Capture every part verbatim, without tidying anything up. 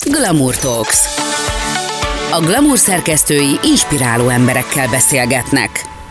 Glamour Talks. A Glamour szerkesztői inspiráló emberekkel beszélgetnek.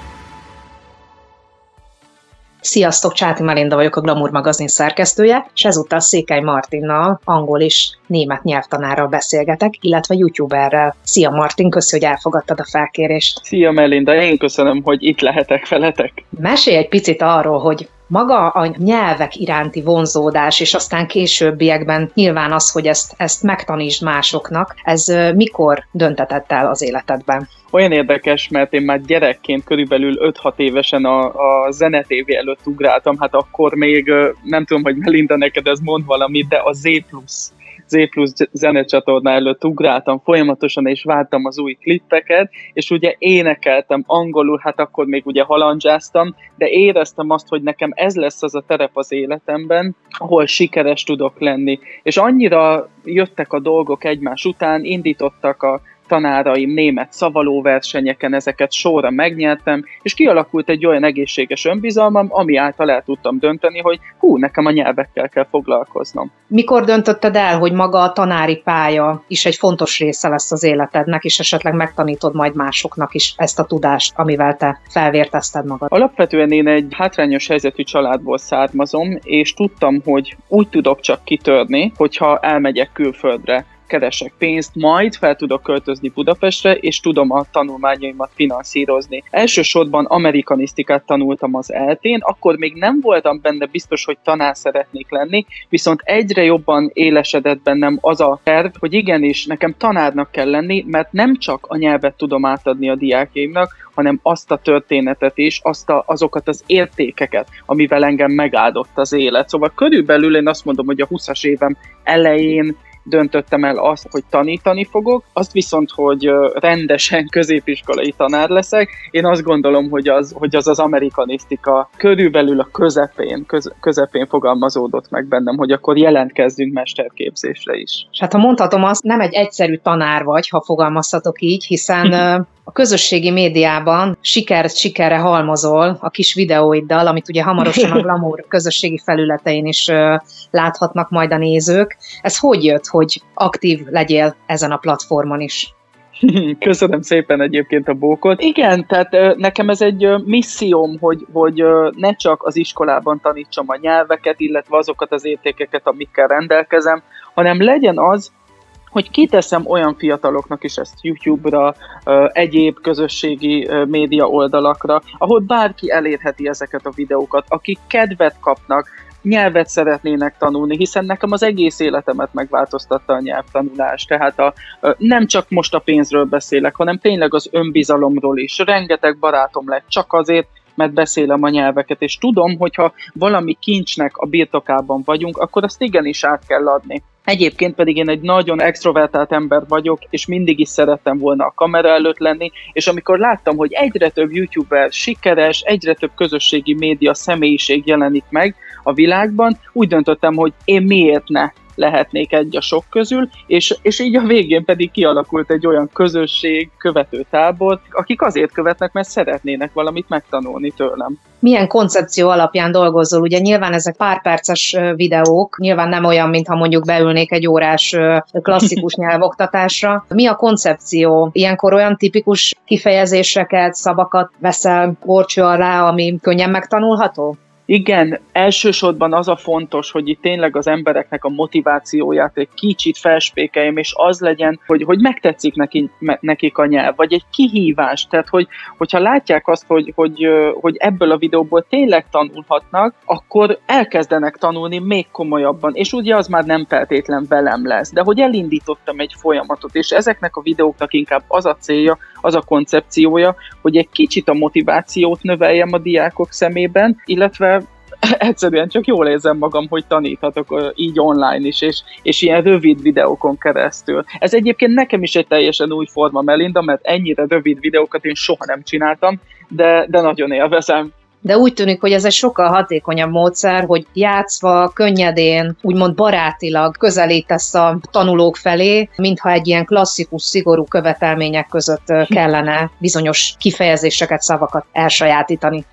Sziasztok, Csáti Melinda vagyok, a Glamour magazin szerkesztője, és ezúttal Székely Martinnal, angol és német nyelvtanárral beszélgetek, illetve youtuberrel. Szia Martin, köszi, hogy elfogadtad a felkérést. Szia Melinda, én köszönöm, hogy itt lehetek veletek. Mesélj egy picit arról, hogy maga a nyelvek iránti vonzódás, és aztán későbbiekben nyilván az, hogy ezt, ezt megtanítsd másoknak, ez mikor döntetett el az életedben? Olyan érdekes, mert én már gyerekként körülbelül öt-hat évesen a, a Zene té vé előtt ugráltam, hát akkor még, nem tudom, hogy Melinda neked ez mond valamit, de a Zé plusz. Zé plusz zenecsatorna előtt ugráltam folyamatosan, és vártam az új klippeket, és ugye énekeltem angolul, hát akkor még ugye halandzsáztam, de éreztem azt, hogy nekem ez lesz az a terep az életemben, ahol sikeres tudok lenni. És annyira jöttek a dolgok egymás után, indítottak a tanáraim német szavalóversenyeken, ezeket sorra megnyertem, és kialakult egy olyan egészséges önbizalmam, ami által el tudtam dönteni, hogy hú, nekem a nyelvekkel kell foglalkoznom. Mikor döntötted el, hogy maga a tanári pálya is egy fontos része lesz az életednek, és esetleg megtanítod majd másoknak is ezt a tudást, amivel te felvértezted magad? Alapvetően én egy hátrányos helyzetű családból származom, és tudtam, hogy úgy tudok csak kitörni, hogyha elmegyek külföldre, keresek pénzt, majd fel tudok költözni Budapestre, és tudom a tanulmányaimat finanszírozni. Elsősorban amerikanisztikát tanultam az eltén, akkor még nem voltam benne biztos, hogy tanár szeretnék lenni, viszont egyre jobban élesedett bennem az a terv, hogy igenis, nekem tanárnak kell lenni, mert nem csak a nyelvet tudom átadni a diákjaimnak, hanem azt a történetet is, azt a, azokat az értékeket, amivel engem megáldott az élet. Szóval körülbelül én azt mondom, hogy a húszas évem elején döntöttem el azt, hogy tanítani fogok, azt viszont, hogy rendesen középiskolai tanár leszek, én azt gondolom, hogy az hogy az, az amerikanisztika körülbelül a közepén, köz, közepén fogalmazódott meg bennem, hogy akkor jelentkezzünk mesterképzésre is. És hát ha mondhatom azt, nem egy egyszerű tanár vagy, ha fogalmazhatok így, hiszen a közösségi médiában sikert sikerre halmozol a kis videóiddal, amit ugye hamarosan a Glamour közösségi felületein is uh, láthatnak majd a nézők. Ez hogy jött, hogy aktív legyél ezen a platformon is? Köszönöm szépen egyébként a bókot. Igen, tehát nekem ez egy misszióm, hogy, hogy ne csak az iskolában tanítsam a nyelveket, illetve azokat az értékeket, amikkel rendelkezem, hanem legyen az, hogy kiteszem olyan fiataloknak is ezt YouTube-ra, egyéb közösségi média oldalakra, ahol bárki elérheti ezeket a videókat, akik kedvet kapnak, nyelvet szeretnének tanulni, hiszen nekem az egész életemet megváltoztatta a nyelvtanulás. Tehát a, nem csak most a pénzről beszélek, hanem tényleg az önbizalomról is. Rengeteg barátom lett csak azért, mert beszélem a nyelveket, és tudom, hogyha valami kincsnek a birtokában vagyunk, akkor azt igenis át kell adni. Egyébként pedig én egy nagyon extrovertált ember vagyok, és mindig is szerettem volna a kamera előtt lenni, és amikor láttam, hogy egyre több youtuber sikeres, egyre több közösségi média személyiség jelenik meg a világban, úgy döntöttem, hogy én miért ne lehetnék egy a sok közül, és, és így a végén pedig kialakult egy olyan közösség, követő tábor, akik azért követnek, mert szeretnének valamit megtanulni tőlem. Milyen koncepció alapján dolgozol? Ugye nyilván ezek pár perces videók, nyilván nem olyan, mintha mondjuk beülnék egy órás klasszikus nyelvoktatásra. Mi a koncepció? Ilyenkor olyan tipikus kifejezéseket, szavakat veszel górcső alá, ami könnyen megtanulható? Igen, elsősorban az a fontos, hogy itt tényleg az embereknek a motivációját egy kicsit felspékeljem, és az legyen, hogy, hogy megtetszik neki, nekik a nyelv, vagy egy kihívás. Tehát, hogy, hogyha látják azt, hogy, hogy, hogy ebből a videóból tényleg tanulhatnak, akkor elkezdenek tanulni még komolyabban, és ugye az már nem feltétlen velem lesz, de hogy elindítottam egy folyamatot, és ezeknek a videóknak inkább az a célja, az a koncepciója, hogy egy kicsit a motivációt növeljem a diákok szemében, illetve egyszerűen csak jól érzem magam, hogy taníthatok így online is, és, és ilyen rövid videókon keresztül. Ez egyébként nekem is egy teljesen új forma, Melinda, mert ennyire rövid videókat én soha nem csináltam, de, de nagyon élvezem. De úgy tűnik, hogy ez egy sokkal hatékonyabb módszer, hogy játszva, könnyedén, úgymond barátilag közelítesz a tanulók felé, mintha egy ilyen klasszikus, szigorú követelmények között kellene bizonyos kifejezéseket, szavakat elsajátítani.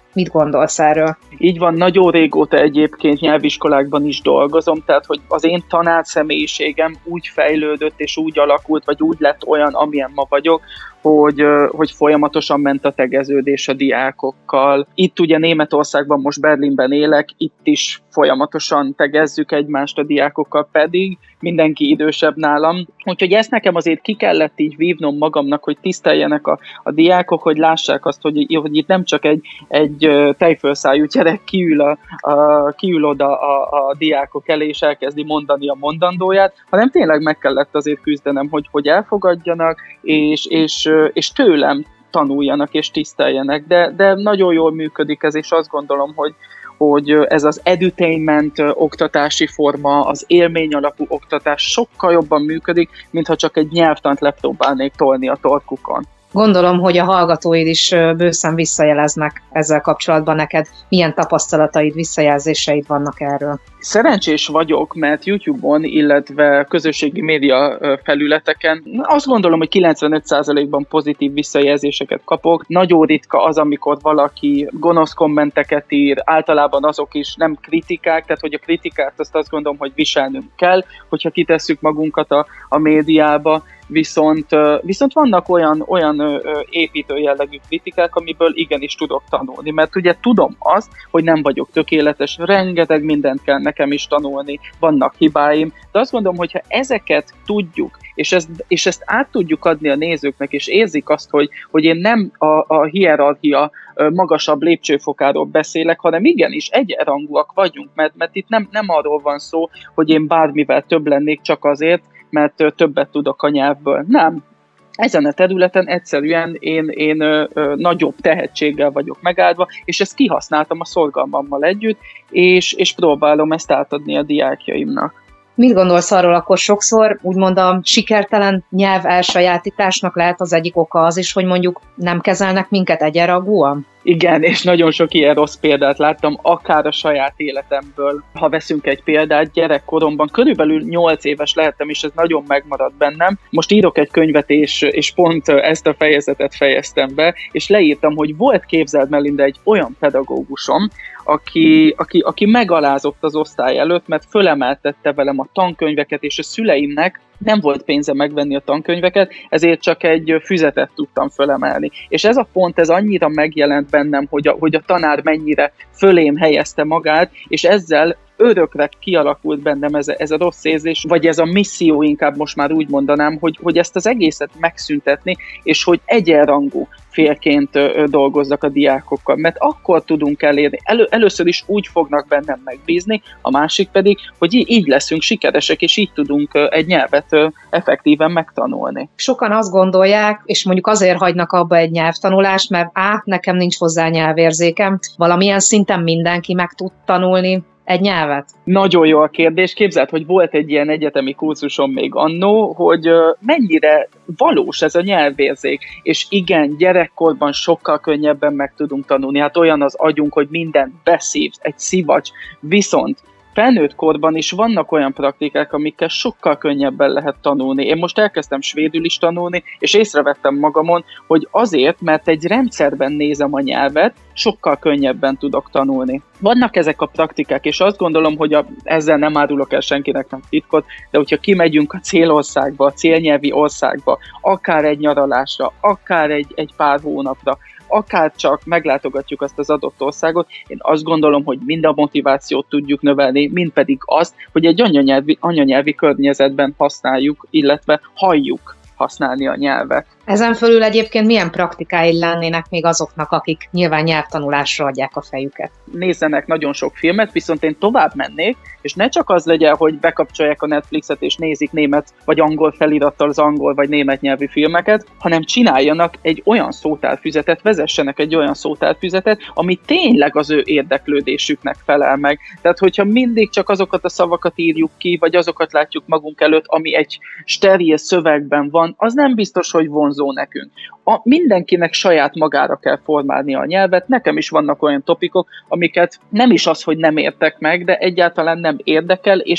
Mit gondolsz erről? Így van, nagyon régóta egyébként nyelviskolákban is dolgozom, tehát hogy az én tanárszemélyiségem úgy fejlődött és úgy alakult, vagy úgy lett olyan, amilyen ma vagyok, hogy, hogy folyamatosan ment a tegeződés a diákokkal. Itt ugye Németországban, most Berlinben élek, itt is folyamatosan tegezzük egymást a diákokkal, pedig mindenki idősebb nálam. Úgyhogy ezt nekem azért ki kellett így vívnom magamnak, hogy tiszteljenek a, a diákok, hogy lássák azt, hogy, hogy itt nem csak egy, egy tejfölszájú gyerek kiül, a, a, kiül oda a, a diákok elé, és elkezdi mondani a mondandóját, hanem tényleg meg kellett azért küzdenem, hogy, hogy elfogadjanak, és, és, és tőlem tanuljanak és tiszteljenek, de, de nagyon jól működik ez, és azt gondolom, hogy hogy ez az edutainment oktatási forma, az élmény alapú oktatás sokkal jobban működik, mintha csak egy nyelvtant lepróbálnék tolni a torkukon. Gondolom, hogy a hallgatóid is bőszen visszajeleznek ezzel kapcsolatban neked. Milyen tapasztalataid, visszajelzéseid vannak erről? Szerencsés vagyok, mert YouTube-on, illetve közösségi média felületeken azt gondolom, hogy kilencvenöt százalékban pozitív visszajelzéseket kapok. Nagyon ritka az, amikor valaki gonosz kommenteket ír, általában azok is nem kritikák, tehát hogy a kritikát azt azt gondolom, hogy viselnünk kell, hogyha kitesszük magunkat a, a médiába. Viszont, viszont vannak olyan, olyan építő jellegű kritikák, amiből igenis tudok tanulni, mert ugye tudom azt, hogy nem vagyok tökéletes, rengeteg mindent kell nekem is tanulni, vannak hibáim, de azt gondolom, hogy ha ezeket tudjuk, és ezt, és ezt át tudjuk adni a nézőknek, és érzik azt, hogy, hogy én nem a, a hierarchia magasabb lépcsőfokáról beszélek, hanem igenis egyenrangúak vagyunk, mert, mert itt nem, nem arról van szó, hogy én bármivel több lennék csak azért, mert többet tudok a nyelvből. Nem. Ezen a területen egyszerűen én, én ö, ö, nagyobb tehetséggel vagyok megáldva, és ezt kihasználtam a szorgalmammal együtt, és, és próbálom ezt átadni a diákjaimnak. Mit gondolsz arról, akkor sokszor úgymond a sikertelen nyelv elsajátításnak lehet az egyik oka az is, hogy mondjuk nem kezelnek minket egyenrangúan? Igen, és nagyon sok ilyen rossz példát láttam, akár a saját életemből. Ha veszünk egy példát, gyerekkoromban körülbelül nyolc éves lehettem, és ez nagyon megmaradt bennem. Most írok egy könyvet, és, és pont ezt a fejezetet fejeztem be, és leírtam, hogy volt, képzeld Melinda, egy olyan pedagógusom, aki, aki, aki megalázott az osztály előtt, mert fölemeltette velem a tankönyveket, és a szüleimnek nem volt pénze megvenni a tankönyveket, ezért csak egy füzetet tudtam fölemelni. És ez a pont, ez annyira megjelent bennem, hogy a, hogy a tanár mennyire fölém helyezte magát, és ezzel örökre kialakult bennem ez a, ez a rossz érzés, vagy ez a misszió, inkább most már úgy mondanám, hogy, hogy ezt az egészet megszüntetni, és hogy egyenrangú félként dolgozzak a diákokkal, mert akkor tudunk elérni. Elő, először is úgy fognak bennem megbízni, a másik pedig, hogy így, így leszünk sikeresek, és így tudunk egy nyelvet effektíven megtanulni. Sokan azt gondolják, és mondjuk azért hagynak abba egy nyelvtanulást, mert á, nekem nincs hozzá nyelvérzékem, valamilyen szinten mindenki meg tud tanulni egy nyelvet? Nagyon jó a kérdés. Képzeld, hogy volt egy ilyen egyetemi kurzusom még annó, hogy mennyire valós ez a nyelvérzék. És igen, gyerekkorban sokkal könnyebben meg tudunk tanulni. Hát olyan az agyunk, hogy mindent beszívsz, egy szivacs. Viszont felnőtt korban is vannak olyan praktikák, amikkel sokkal könnyebben lehet tanulni. Én most elkezdtem svédül is tanulni, és észrevettem magamon, hogy azért, mert egy rendszerben nézem a nyelvet, sokkal könnyebben tudok tanulni. Vannak ezek a praktikák, és azt gondolom, hogy a, ezzel nem árulok el senkinek nem titkot, de hogyha kimegyünk a célországba, a célnyelvi országba, akár egy nyaralásra, akár egy, egy pár hónapra, akár csak meglátogatjuk azt az adott országot, én azt gondolom, hogy mind a motivációt tudjuk növelni, mind pedig azt, hogy egy anyanyelvi, anyanyelvi környezetben használjuk, illetve halljuk használni a nyelvet. Ezen fölül egyébként milyen praktikái lennének még azoknak, akik nyilván nyelvtanulásra adják a fejüket? Nézzenek nagyon sok filmet, viszont én tovább mennék, és ne csak az legyen, hogy bekapcsolják a Netflixet és nézik német vagy angol felirattal az angol vagy német nyelvű filmeket, hanem csináljanak egy olyan szótárfüzetet, vezessenek egy olyan szótárfüzetet, ami tényleg az ő érdeklődésüknek felel meg. Tehát, hogyha mindig csak azokat a szavakat írjuk ki, vagy azokat látjuk magunk előtt, ami egy steril szövegben van, az nem biztos, hogy vonzó nekünk. A, mindenkinek saját magára kell formálni a nyelvet, nekem is vannak olyan topikok, amiket nem is az, hogy nem értek meg, de egyáltalán nem érdekel, és így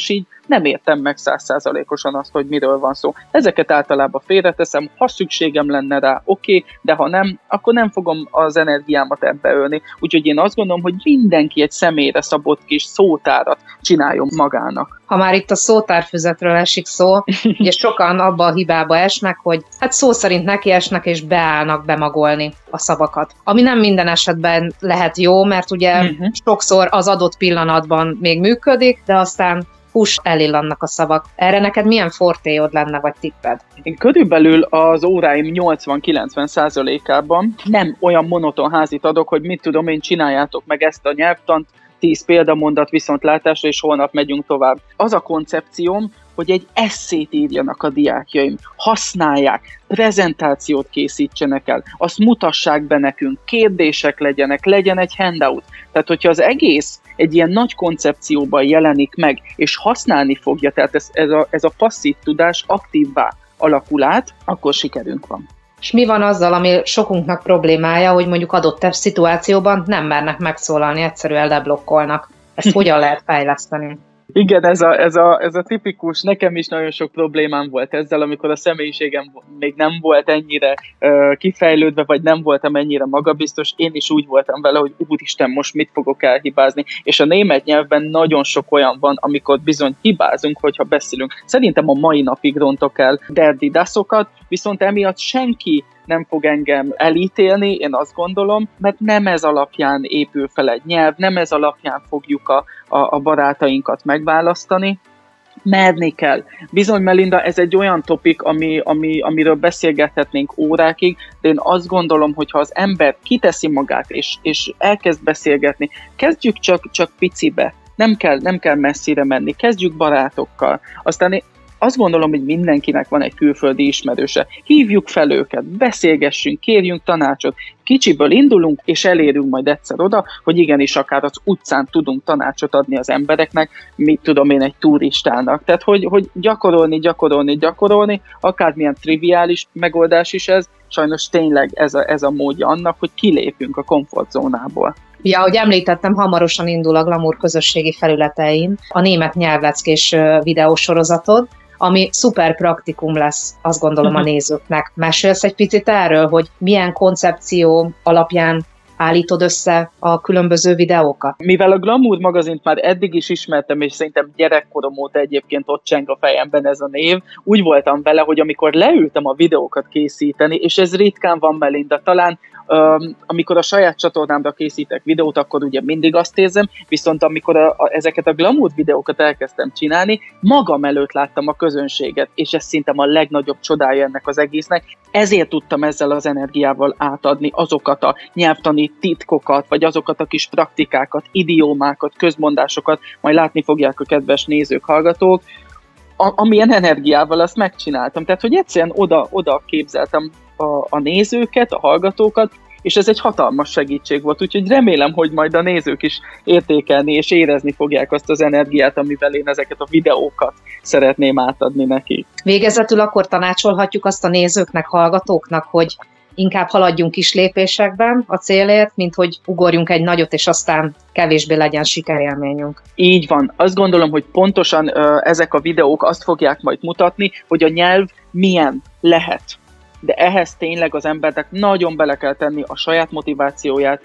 nem értem meg száz százalékosan azt, hogy miről van szó. Ezeket általában félreteszem, ha szükségem lenne rá, oké, okay, de ha nem, akkor nem fogom az energiámat ebbe ölni. Úgyhogy én azt gondolom, hogy mindenki egy személyre szabott kis szótárat csináljon magának. Ha már itt a szótárfüzetről esik szó, ugye sokan abba a hibába esnek, hogy hát szó szerint nekiesnek és beállnak bemagolni a szavakat. Ami nem minden esetben lehet jó, mert ugye uh-huh. sokszor az adott pillanatban még működik, de aztán hús elillannak a szavak. Erre neked milyen fortéod lenne, vagy tipped? Én körülbelül az óráim nyolcvan-kilencven százalékában nem olyan monoton házit adok, hogy mit tudom én, csináljátok meg ezt a nyelvtant, tíz példamondat viszontlátásra, és holnap megyünk tovább. Az a koncepcióm, hogy egy esszét írjanak a diákjaim, használják, prezentációt készítsenek el, azt mutassák be nekünk, kérdések legyenek, legyen egy handout. Tehát, hogyha az egész egy ilyen nagy koncepcióban jelenik meg, és használni fogja, tehát ez, ez, a, ez a passzív tudás aktívvá alakul át, akkor sikerünk van. És mi van azzal, ami sokunknak problémája, hogy mondjuk adott szituációban nem mernek megszólalni, egyszerűen leblokkolnak. Ezt hogyan lehet fejleszteni? Igen, ez a, ez, a, ez a tipikus, nekem is nagyon sok problémám volt ezzel, amikor a személyiségem még nem volt ennyire uh, kifejlődve, vagy nem voltam ennyire magabiztos, én is úgy voltam vele, hogy úristen, most mit fogok elhibázni, és a német nyelvben nagyon sok olyan van, amikor bizony hibázunk, hogyha beszélünk. Szerintem a mai napig rontok el derdi daszokat, viszont emiatt senki nem fog engem elítélni, én azt gondolom, mert nem ez alapján épül fel egy nyelv, nem ez alapján fogjuk a, a, a barátainkat megválasztani. Merni kell. Bizony, Melinda, ez egy olyan topik, ami, ami, amiről beszélgethetnénk órákig, de én azt gondolom, hogy ha az ember kiteszi magát, és, és elkezd beszélgetni, kezdjük csak, csak picibe, nem kell, nem kell messzire menni, kezdjük barátokkal. Aztán én azt gondolom, hogy mindenkinek van egy külföldi ismerőse. Hívjuk fel őket, beszélgessünk, kérjünk tanácsot. Kicsiből indulunk, és elérünk majd egyszer oda, hogy igenis akár az utcán tudunk tanácsot adni az embereknek, mit tudom én, egy turistának. Tehát, hogy, hogy gyakorolni, gyakorolni, gyakorolni, akármilyen triviális megoldás is ez, sajnos tényleg ez a, ez a módja annak, hogy kilépünk a komfortzónából. Ja, ahogy említettem, hamarosan indul a Glamour közösségi felületein a német nyelvleckés videósorozatod, ami szuper praktikum lesz, azt gondolom a nézőknek. Mesélsz egy picit erről, hogy milyen koncepció alapján állítod össze a különböző videókat? Mivel a Glamour magazint már eddig is ismertem, és szerintem gyerekkorom óta egyébként ott cseng a fejemben ez a név, úgy voltam vele, hogy amikor leültem a videókat készíteni, és ez ritkán van, Melinda, talán um, amikor a saját csatornámra készítek videót, akkor ugye mindig azt érzem, viszont amikor a, a, ezeket a Glamour videókat elkezdtem csinálni, magam előtt láttam a közönséget, és ez szinte a legnagyobb csodája ennek az egésznek, ezért tudtam ezzel az energiával átadni azokat a nyelvtani titkokat, vagy azokat a kis praktikákat, idiómákat, közmondásokat, majd látni fogják a kedves nézők, hallgatók, a, amilyen energiával azt megcsináltam. Tehát, hogy egyszerűen oda, oda képzeltem a, a nézőket, a hallgatókat, és ez egy hatalmas segítség volt, úgyhogy remélem, hogy majd a nézők is értékelni és érezni fogják azt az energiát, amivel én ezeket a videókat szeretném átadni nekik. Végezetül akkor tanácsolhatjuk azt a nézőknek, hallgatóknak, hogy inkább haladjunk kis lépésekben a célért, mint hogy ugorjunk egy nagyot, és aztán kevésbé legyen sikerélményünk. Így van. Azt gondolom, hogy pontosan uh, ezek a videók azt fogják majd mutatni, hogy a nyelv milyen lehet. De ehhez tényleg az embernek nagyon bele kell tenni a saját motivációját,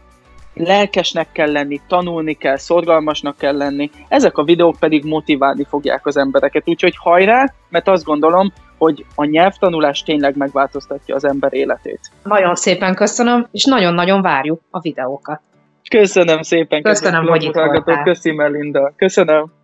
lelkesnek kell lenni, tanulni kell, szorgalmasnak kell lenni. Ezek a videók pedig motiválni fogják az embereket. Úgyhogy hajrá, mert azt gondolom, hogy a nyelvtanulás tényleg megváltoztatja az ember életét. Nagyon szépen köszönöm, és nagyon-nagyon várjuk a videókat. Köszönöm szépen. Köszönöm, hogy itt voltál. Köszi, Melinda. Köszönöm.